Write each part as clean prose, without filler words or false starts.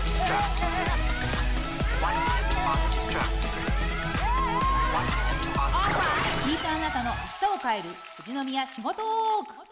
聞いたあなたの明日を変える富士宮仕事トーク。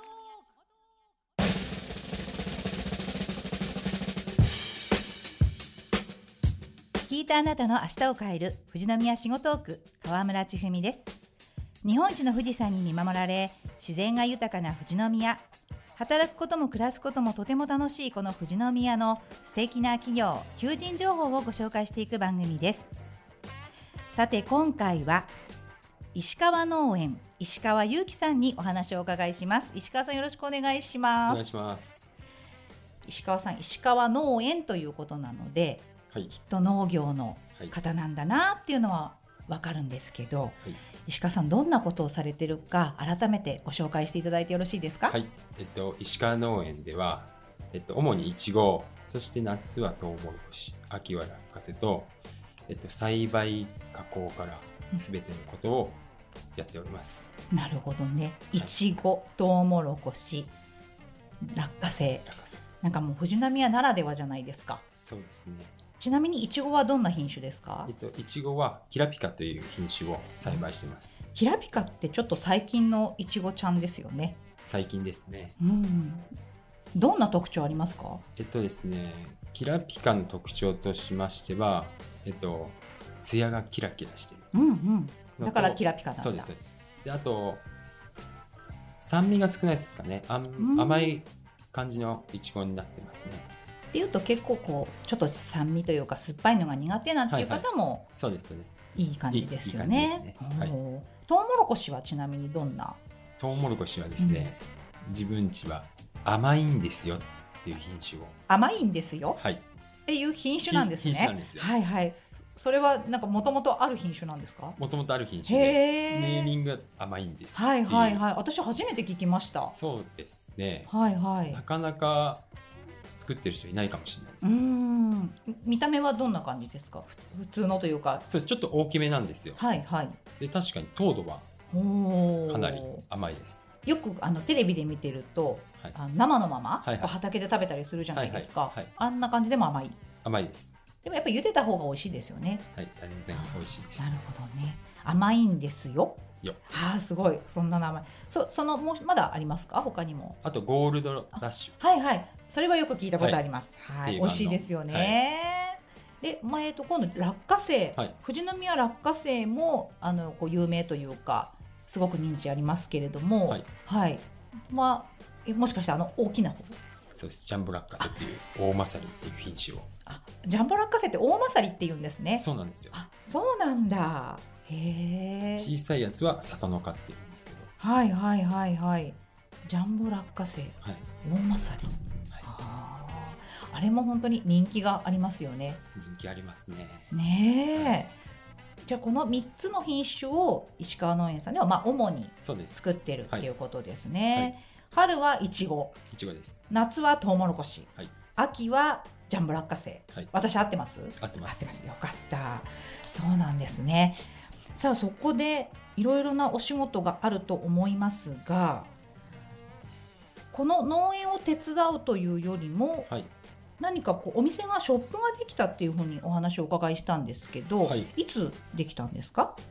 聞いたあなたの明日を変える富士宮仕事トーク、川村千文です。日本一の富士山に見守られ、自然が豊かな富士宮。働くことも暮らすこともとても楽しいこの富士宮の素敵な企業、求人情報をご紹介していく番組です。さて今回は石川農園石川祐樹さんにお話をお伺いします。石川さん、よろしくお願いします。 お願いします。 石川さん、石川農園ということなので、 はい、 きっと農業の方なんだなっていうのはわかるんですけど、はい、石川さんどんなことをされてるか改めてご紹介していただいてよろしいですか？ はい、石川農園では、主にイチゴ、そして夏はトウモロコシ、秋は落花生と、栽培加工から全てのことをやっております。 なるほどね。イチゴ、トウモロコシ、落花生、なんかもう富士宮ならではじゃないですか。 そうですね。 ちなみにイチゴはどんな品種ですか？ イチゴはキラピカという品種を栽培しています。 キラピカってちょっと最近のイチゴちゃんですよね。 最近ですね。 どんな特徴ありますか？ ですね、キラピカの特徴としましては、艶がキラキラしてる。 だからキラピカなんだ。 そうですそうです。で、あと酸味が少ないですかね。甘い感じのイチゴになってますね。 っていうと結構こうちょっと酸味というか酸っぱいのが苦手なんていう方も、 そうですそうです。 いい感じですよね。トウモロコシはちなみにどんな？ トウモロコシはですね、自分家は甘いんですよっていう品種を。甘いんですよ、 はい、 っていう品種なんですね。 品種なんですよ。 はいはい。それはなんかもともとある品種なんですか？ もともとある品種で、ネーミングが甘いんです。 はいはいはい。私初めて聞きました。 そうですね。 はいはい。 なかなか作ってる人いないかもしれないです。 見た目はどんな感じですか？普通のというか。 そう、ちょっと大きめなんですよ。 はいはい。 で、確かに糖度はかなり甘いです。 よくテレビで見てると、生のまま、こう畑で食べたりするじゃないですか。あんな感じでも甘い？甘いです。 でもやっぱり茹でた方が美味しいですよね。 はい、全然美味しいです。 なるほどね。甘いんですよ。すごい。そんな名前。そのもうまだありますか？他にも。 あとゴールドラッシュ。 はいはい。それはよく聞いたことあります。はい。美味しいですよね。で、今度落花生、富士宮落花生もこう有名というかすごく認知ありますけれども、もしかして大きな方？ そうです。ジャンボ落花生という大まさりっていう品種を。 ジャンボ落花生って大まさりって言うんですね。 そうなんですよ。 そうなんだ。へえ。 小さいやつは里の花って言うんですけど。 はいはいはいはい。ジャンボ落花生、大まさり。あれも本当に人気がありますよね。 人気ありますね。 ねえ。じゃあこの3つの品種を石川農園さんでは主に作ってるっていうことですね。春はイチゴです。 夏はトウモロコシ、秋はジャンボ落花生。私合ってます？ 合ってます。 よかった。そうなんですね。さあそこでいろいろなお仕事があると思いますが、この農園を手伝うというよりも、何かこうお店がショップができたっていうふうにお話をお伺いしたんですけど、いつできたんですか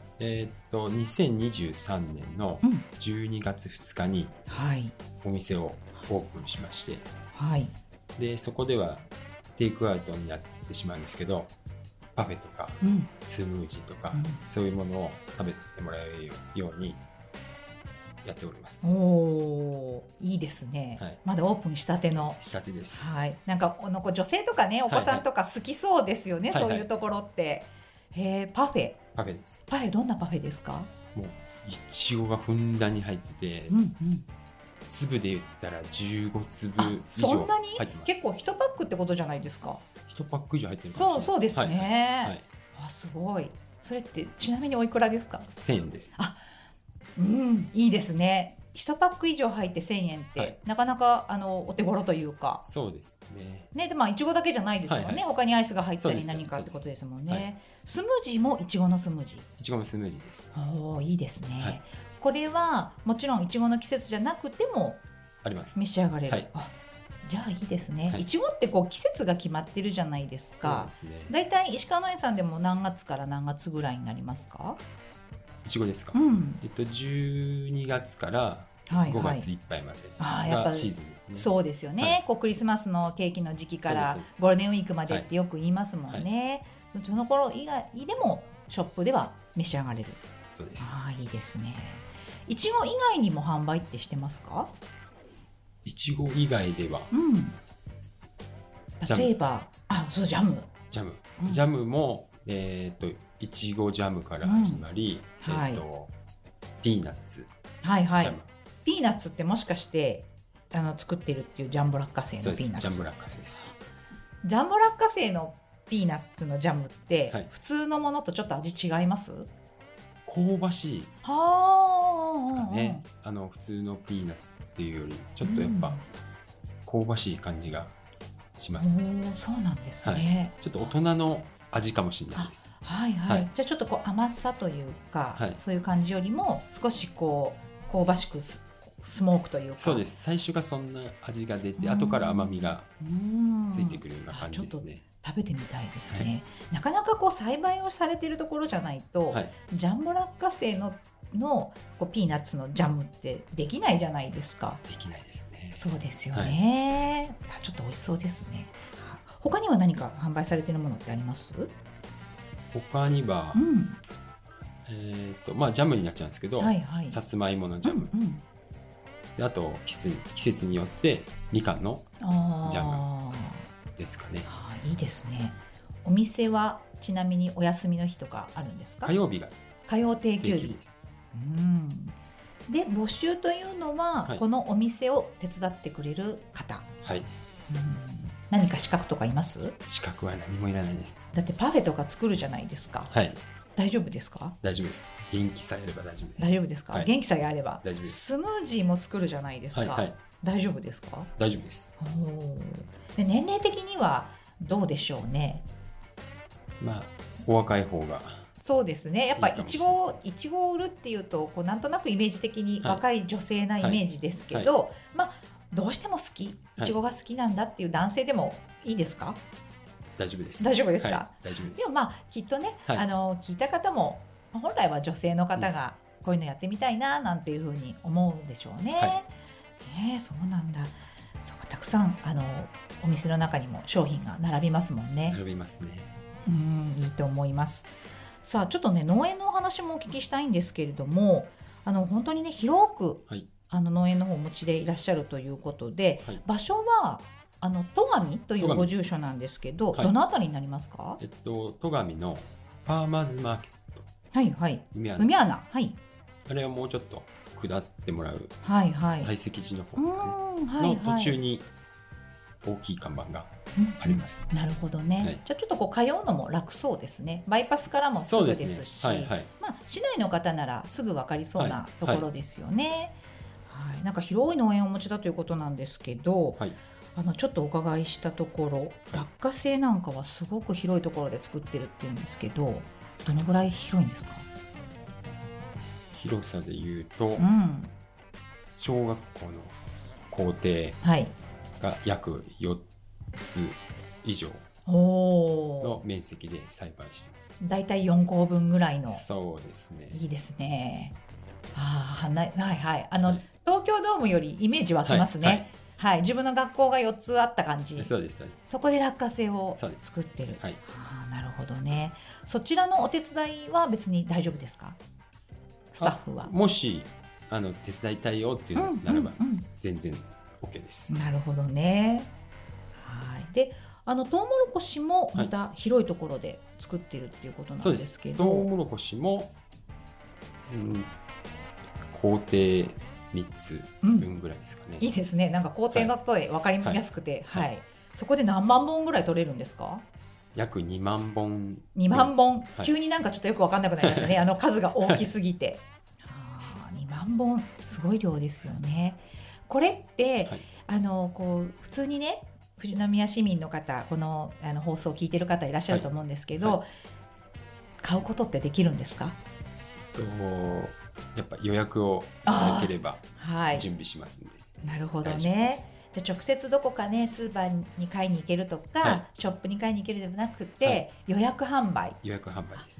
？2023年の12月2日にお店をオープンしまして、でそこではテイクアウトになってしまうんですけど、パフェとか、スムージーとか、そういうものを食べてもらえるようにやっております。 いいですね。まだオープンしたての。 したてです。 なんか女性とかね、お子さんとか好きそうですよね。そういうところって。パフェです。パフェどんなパフェですか？ もういちごがふんだんに入ってて、粒で言ったら15粒以上そんなに結構1パックってことじゃないですか。 1パック以上入ってるかもしれない。 そうですね。すごい。それってちなみにおいくらですか ？1000円です。 いいですね。1パック以上入って1000円って、なかなかお手頃というか。 そうですね。 でいちごだけじゃないですよね。他にアイスが入ったり何かってことですもんね。スムージーもいちごのスムージー？ いちごのスムージーです。 いいですね。これはもちろんいちごの季節じゃなくてもあります。 召し上がれる。 じゃあいいですね。 はい、 いちごってこう季節が決まってるじゃないですか。 そうですね。 だいたい石川農園さんでも何月から何月ぐらいになりますか？ いちごですか、12月から5月いっぱいまでがシーズンですね。 そうですよね、はい、こうクリスマスのケーキの時期からゴールデンウィークまでってよく言いますもんね、はい、その頃以外でもショップでは召し上がれる。 そうです。 いいですね。いちご以外にも販売ってしてますか？ いちご以外では、 例えばそうジャム、 ジャムもいちごジャムから始まり、ピーナッツ、ジャム。 ピーナッツってもしかして作ってるっていうジャンボ落花生のピーナッツ？ ジャンボ落花生です。 ジャンボ落花生のピーナッツのジャムって、普通のものとちょっと味違います？ 香ばしいですかね。普通のピーナッツっていうよりちょっとやっぱ香ばしい感じがしますね。 そうなんですね、 ちょっと大人の味かもしれないです。 じゃあちょっとこう甘さというか、そういう感じよりも少しこう香ばしくスモークというか。 そうです。最初がそんな味が出て後から甘みがついてくるような感じですね。 食べてみたいですね、なかなかこう栽培をされているところじゃないと、ジャンボ落花生のこうピーナッツのジャムってできないじゃないですか。 できないですね。 そうですよね、ちょっと美味しそうですね。他には何か販売されているものってあります？ 他には、ジャムになっちゃうんですけど、さつまいものジャム、であと季節によってみかんのジャムですかね。 いいですね。お店はちなみにお休みの日とかあるんですか？ 火曜日が火曜定休日です。で募集というのは、このお店を手伝ってくれる方、何か資格とかいます？ 資格は何もいらないです。 だってパフェとか作るじゃないですか。大丈夫ですか？ 大丈夫です。元気さえあれば大丈夫です。 大丈夫ですか？元気さえあれば大丈夫です。 スムージーも作るじゃないですか。大丈夫ですか？ 大丈夫です。 で年齢的にはどうでしょうね。 お若い方が。 そうですね。やっぱいちごを売るっていうとこうなんとなくイメージ的に若い女性なイメージですけど、どうしても好き、いちごが好きなんだっていう男性でもいいですか？ 大丈夫です。 大丈夫ですか？ 大丈夫です。 でもきっとね、聞いた方も本来は女性の方がこういうのやってみたいななんていうふうに思うでしょうね。そうなんだ。そうか、たくさんお店の中にも商品が並びますもんね。 並びますね。 いいと思います。さあちょっとね農園のお話もお聞きしたいんですけれども、本当にね広く、農園の方をお持ちでいらっしゃるということで、場所は戸上というご住所なんですけど、どのあたりになりますか？ 戸上のファーマーズマーケット、 梅穴、 あれはもうちょっと下ってもらう大石寺の方ですかね、の途中に大きい看板があります。 なるほどね、じゃあちょっとこう通うのも楽そうですね。バイパスからもすぐですし、市内の方ならすぐ分かりそうなところですよね。なんか広い農園をお持ちだということなんですけど、ちょっとお伺いしたところ、落花生なんかはすごく広いところで作ってるっていうんですけど、どのぐらい広いんですか？ 広さでいうと、小学校の校庭が約4つ以上の面積で栽培しています。 だいたい4校分ぐらいの。 そうですね。 いいですね。東京ドームよりイメージ湧きますね。自分の学校が4つあった感じ。 そうです。 そこで落花生を作ってる。なるほどね。そちらのお手伝いは別に大丈夫ですか？スタッフは。もし手伝いたいよっていうのならば全然 OK です。 なるほどね。でトウモロコシもまた広いところで作ってるっていうことなんですけど、 トウモロコシも、工程3つ分ぐらいですかね。 いいですね。なんか工程の例え分かりやすくて、そこで何万本ぐらい取れるんですか？ 約2万本。 2万本、急になんかちょっとよく分かんなくなりましたね。数が大きすぎて。2万本すごい量ですよね。これって、こう普通にね富士宮市民の方、この放送を聞いてる方いらっしゃると思うんですけど、買うことってできるんですか？ やっぱ予約をいただければ準備しますんで。 なるほどね。 じゃあ直接どこかねスーパーに買いに行けるとか、ショップに買いに行けるではなくて、予約販売です。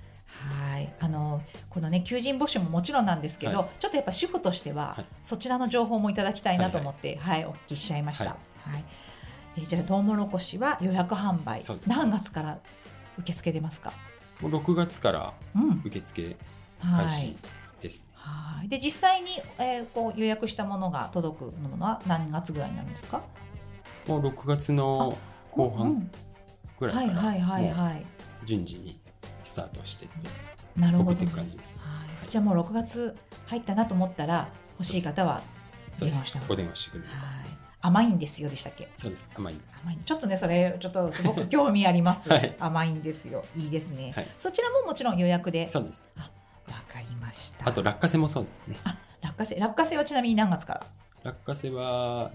はい、このね求人募集ももちろんなんですけど、ちょっとやっぱ主婦としては、そちらの情報もいただきたいなと思って、お聞きしちゃいました。じゃあトウモロコシは予約販売、何月から受け付け出ますか？ もう6月から受付開始です。 で実際に、こう予約したものが届くのは何月ぐらいになるんですか？ もう6月の後半ぐらいから順次にスタートしていって送っていく感じです。 じゃあもう6月入ったなと思ったら欲しい方は電話したお電話してくれる。 甘いんですよでしたっけ？ そうです、甘いんです。 ちょっとねそれちょっとすごく興味あります、甘いんですよ、いいですね、そちらももちろん予約で。 そうです。 わかりました。 あと落花生もそうですね。 落花生はちなみに何月から？ 落花生は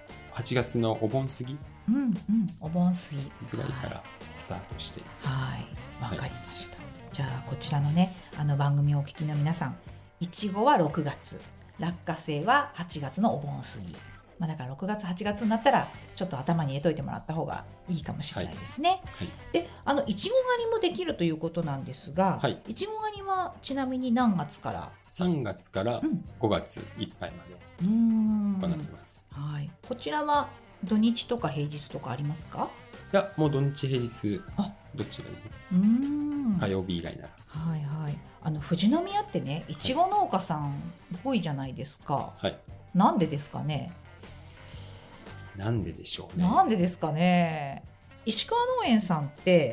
8月のお盆過ぎ、 お盆過ぎぐらいからスタートして。 わかりました。じゃあこちらのね番組をお聞きの皆さん、いちごは6月、落花生は8月のお盆過ぎ、だから6月8月になったらちょっと頭に入れといてもらった方がいいかもしれないですね。でいちご狩りもできるということなんですが、いちご狩りはちなみに何月から？ 3月から5月いっぱいまで行ってます。 こちらは土日とか平日とかありますか？ いや、もう土日平日どっちがいい？火曜日以外なら。 富士宮ってねいちご農家さん多いじゃないですか。なんでですかね？ なんででしょうね。 なんでですかね。石川農園さんって、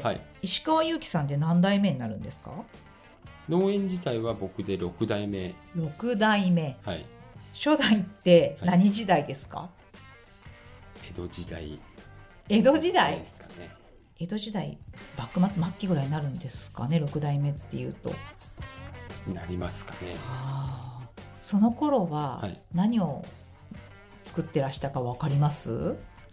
石川祐希さんで何代目になるんですか？ 農園自体は僕で6代目。 6代目。初代って何時代ですか？ 江戸時代。 江戸時代ですかね。 江戸時代幕末末期ぐらいになるんですかね、6代目っていうと。 なりますかね。 その頃は何を作ってらしたか分かります？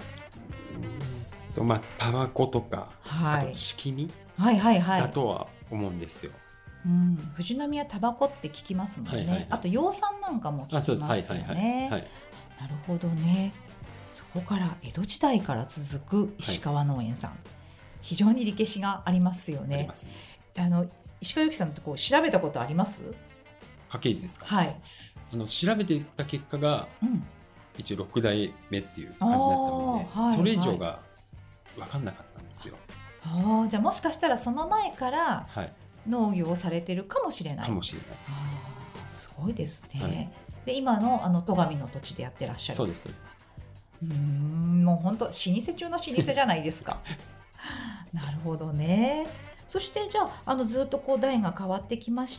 タバコとか、あと敷き身だとは思うんですよ。 富士宮タバコって聞きますもんね。あと養蚕なんかも聞きますよね。なるほどね。そこから江戸時代から続く石川農園さん、非常に歴史がありますよね。石川祐希さんってこう調べたことあります？ 家系図ですか？調べてた結果が、一応6代目っていう感じだったので、それ以上が分かんなかったんですよ。 じゃあもしかしたらその前から農業をされてるかもしれない。 かもしれないです。すごいですね。で今の戸上の土地でやってらっしゃる。 そうです。 もう本当老舗中の老舗じゃないですか。なるほどね。そしてじゃあずっとこう代が変わってきまして、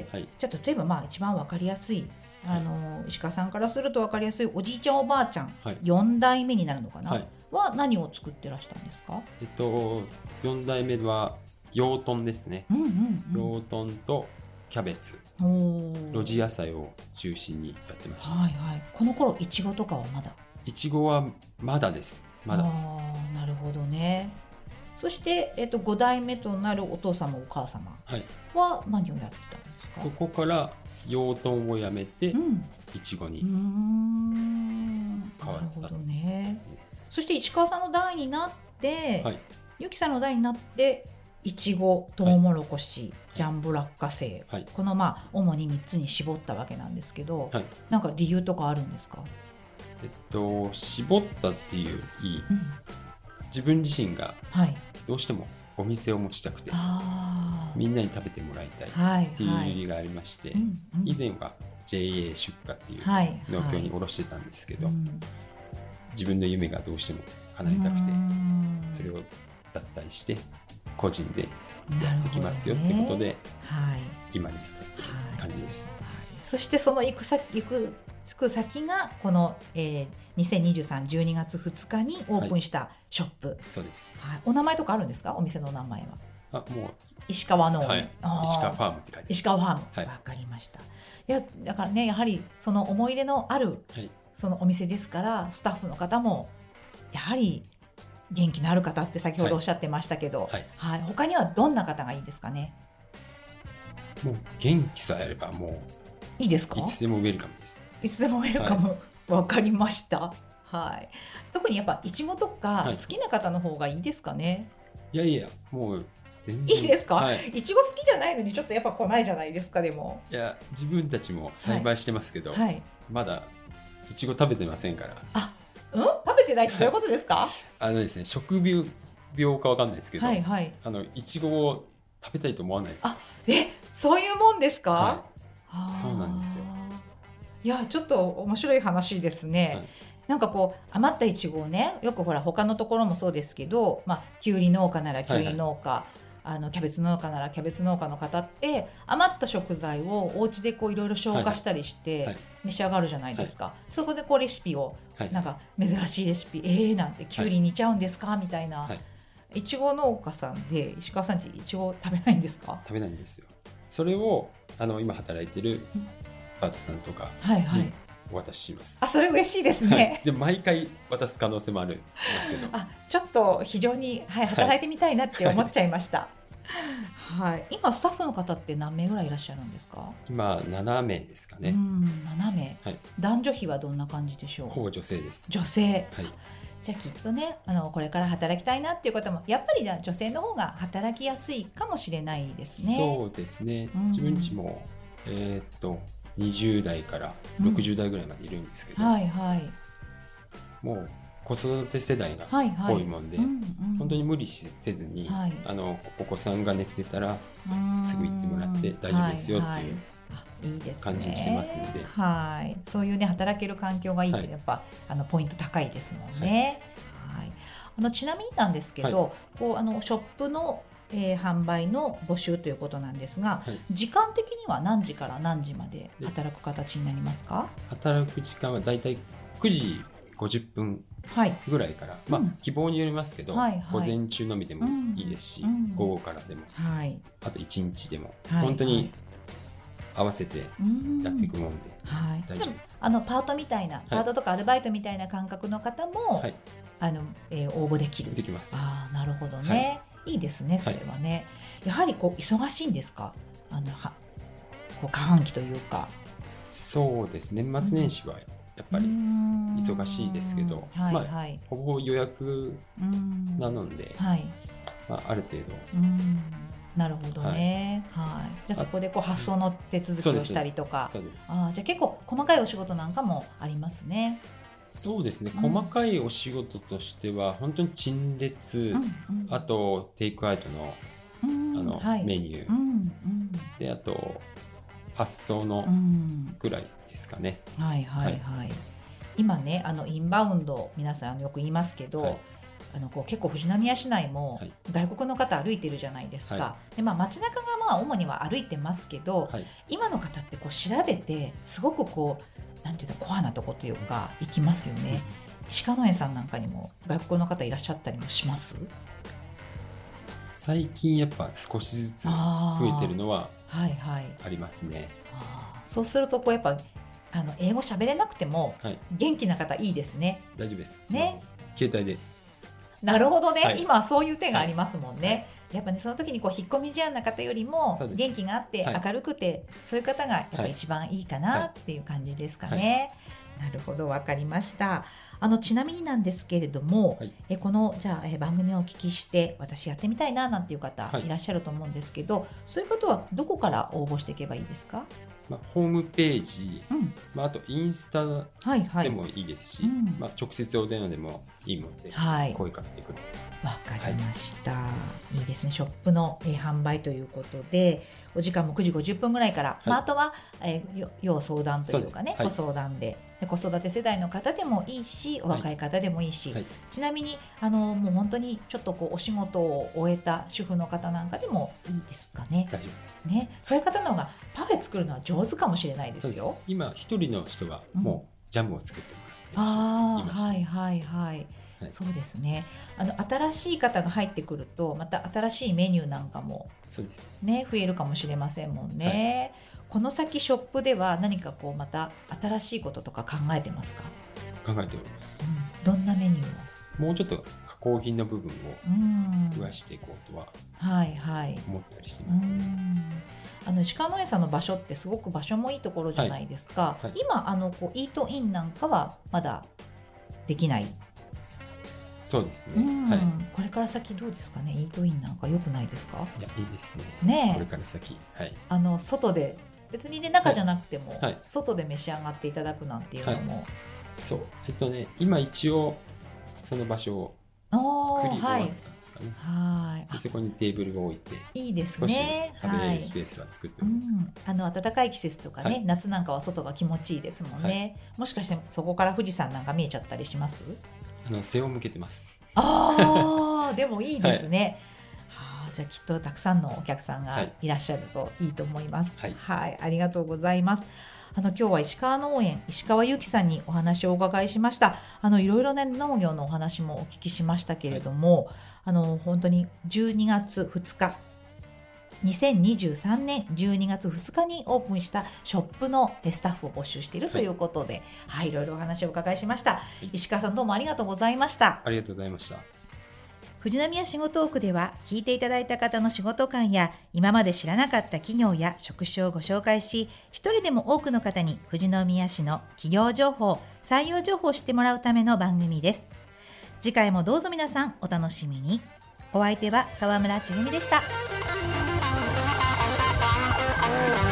じゃあ例えば一番分かりやすい石川さんからすると分かりやすいおじいちゃんおばあちゃん、4代目になるのかな、は何を作ってらしたんですか ？4代目は養豚ですね。養豚とキャベツ、露地野菜を中心にやってました。 この頃いちごとかはまだ？ いちごはまだです。なるほどね。そして、5代目となるお父様お母様は何をやってたんですか？ そこから養豚をやめていちごに変わった。 そして市川さんの代になって、ゆきさんの代になっていちご、とうもろこし、ジャンボ落花生、この主に3つに絞ったわけなんですけど、なんか理由とかあるんですか？ 絞ったっていうより、自分自身がどうしてもお店を持ちたくて、みんなに食べてもらいたいっていう理由がありまして、以前は JA 出荷っていう農協に卸してたんですけど、自分の夢がどうしても叶えたくて、それを脱退して個人でやってきますよってことで、今に至っている感じです。 そしてその行く先がこの、2023 12月2日にオープンしたショップ。 そうです。 お名前とかあるんですか？お店の名前は。 もう石川農園、 石川ファームって書いてあります。 石川ファーム、わかりました。だからね、やはりその思い入れのある、そのお店ですから、スタッフの方もやはり元気のある方って先ほどおっしゃってましたけど、他にはどんな方がいいですかね？ もう元気さえあればもういいですか？ いつでもウェルカムです。 いつでもウェルカム、わかりました。 はい、特にやっぱいちごとか好きな方の方がいいですかね。 いやいや、もう全然いいですか、 はい、 いちご好きじゃないのにちょっとやっぱ来ないじゃないですか。でもいや、自分たちも栽培してますけど、 はい、 まだいちご食べてませんから。 食べてないってどういうことですか？ ですね、食病かわかんないですけど、 はいはい、 いちごを食べたいと思わないです。 そういうもんですか？ はい、そうなんですよ。 いや、ちょっと面白い話ですね。はい、なんかこう余ったいちごをね、よくほら他のところもそうですけど、きゅうり農家ならきゅうり農家、キャベツ農家ならキャベツ農家の方って余った食材をお家でこういろいろ消化したりして召し上がるじゃないですか。はいはい、そこでこうレシピを、なんか珍しいレシピ、なんてきゅうり煮ちゃうんですかみたいな。いちご農家さんで石川さんちいちご食べないんですか？食べないんですよ。それを今働いてるパートさんとかにお渡しします。 それ嬉しいですね。 で毎回渡す可能性もあるんですけど、 ちょっと非常に、働いてみたいなって思っちゃいました。はい、今スタッフの方って何名ぐらいいらっしゃるんですか？ 今7名ですかね。 7名、はい、男女比はどんな感じでしょう？ ほぼ女性です。 女性、はい、じゃあきっとね、これから働きたいなっていう方もやっぱり女性の方が働きやすいかもしれないですね。 そうですね、自分ちも20代から60代ぐらいまでいるんですけど、はいはい、もう子育て世代が多いもんで、本当に無理せずに、お子さんが熱出たらすぐ行ってもらって大丈夫ですよっていう感じにしてますので、 はい、そういうね働ける環境がいいってやっぱ、ポイント高いですもんね。はい、ちなみになんですけど、こうショップの販売の募集ということなんですが、時間的には何時から何時まで働く形になりますか？ 働く時間はだいたい9時50分ぐらいから、希望によりますけど、午前中のみでもいいですし、午後からでも、あと1日でも、本当に合わせてやっていくもんで大丈夫です。 パートみたいな、パートとかアルバイトみたいな感覚の方も、応募できる。 できます。 なるほどね。いいですね、それはね。やはりこう忙しいんですか？こう過半期というか。 そうです。年末年始はやっぱり忙しいですけど、ほぼ予約なので、ある程度。 なるほどね。じゃあそこでこう発送の手続きをしたりとか、じゃあ結構細かいお仕事なんかもありますね。 そうですね、細かいお仕事としては本当に陳列、あとテイクアウトの、メニュー、であと発送のぐらいですかね。 今ねインバウンド皆さんよく言いますけど、こう結構富士宮市内も外国の方歩いてるじゃないですか。で街中が主には歩いてますけど、今の方ってこう調べてすごくこうなんていうかコアなとこというか行きますよね。石川農園さんなんかにも外国の方いらっしゃったりもします？ 最近やっぱ少しずつ増えてるのはありますね。 そうするとこうやっぱ英語喋れなくても元気な方いいですね。 大丈夫ですね。携帯で。 なるほどね、今そういう手がありますもんね。やっぱねその時にこう引っ込み思案な方よりも元気があって明るくて、そういう方がやっぱ一番いいかなっていう感じですかね。なるほど、わかりました。ちなみになんですけれども、このじゃあ番組をお聞きして私やってみたいななんていう方いらっしゃると思うんですけど、そういう方はどこから応募していけばいいですか？ ホームページ、あとインスタでもいいですし、直接お電話でもいいので声かけてくる。 わかりました。いいですね。ショップの販売ということで、お時間も9時50分ぐらいから、あとは要相談というかね、ご相談で、子育て世代の方でもいいし、お若い方でもいいし、ちなみにもう本当にちょっとこうお仕事を終えた主婦の方なんかでもいいですかね。 大丈夫ですね。そういう方の方がパフェ作るのは上手かもしれないですよ。 今一人の人はもうジャムを作ってもらっていました。 そうですね。新しい方が入ってくるとまた新しいメニューなんかもね増えるかもしれませんもんね。この先ショップでは何かこうまた新しいこととか考えてますか？ 考えております。 どんなメニューを？もうちょっと加工品の部分を増やしていこうとは思ったりしてますね。 石川農園さんの場所ってすごく場所もいいところじゃないですか。今こうイートインなんかはまだできない。 そうですね、はい、 これから先どうですかね。イートインなんか良くないですか？ いや、いいですね。 ね、 これから先、はい、 外で別にね、中じゃなくても、 はい、 外で召し上がっていただくなんていうのも、はい、 そう、今一応その場所を作り終わったんですかね。はい、でそこにテーブルを置いて、いいですね、少し食べれるスペースは作っております、 はい、暖かい季節とかね、はい、夏なんかは外が気持ちいいですもんね、はい、もしかしてそこから富士山なんか見えちゃったりします？ 背を向けてます。 でもいいですね、はい、じゃあきっとたくさんのお客さんがいらっしゃるといいと思います。はい、はい、ありがとうございます。今日は石川農園石川由紀さんにお話をお伺いしました。いろいろね、農業のお話もお聞きしましたけれども、はい、本当に12月2日2023年12月2日にオープンしたショップのスタッフを募集しているということで、はい、いろいろお話をお伺いしました。石川さん、どうもありがとうございました。 ありがとうございました。 富士宮仕事トークでは、聞いていただいた方の仕事観や今まで知らなかった企業や職種をご紹介し、一人でも多くの方に富士宮市の企業情報、採用情報を知ってもらうための番組です。次回もどうぞ皆さんお楽しみに。お相手は川村千文でした。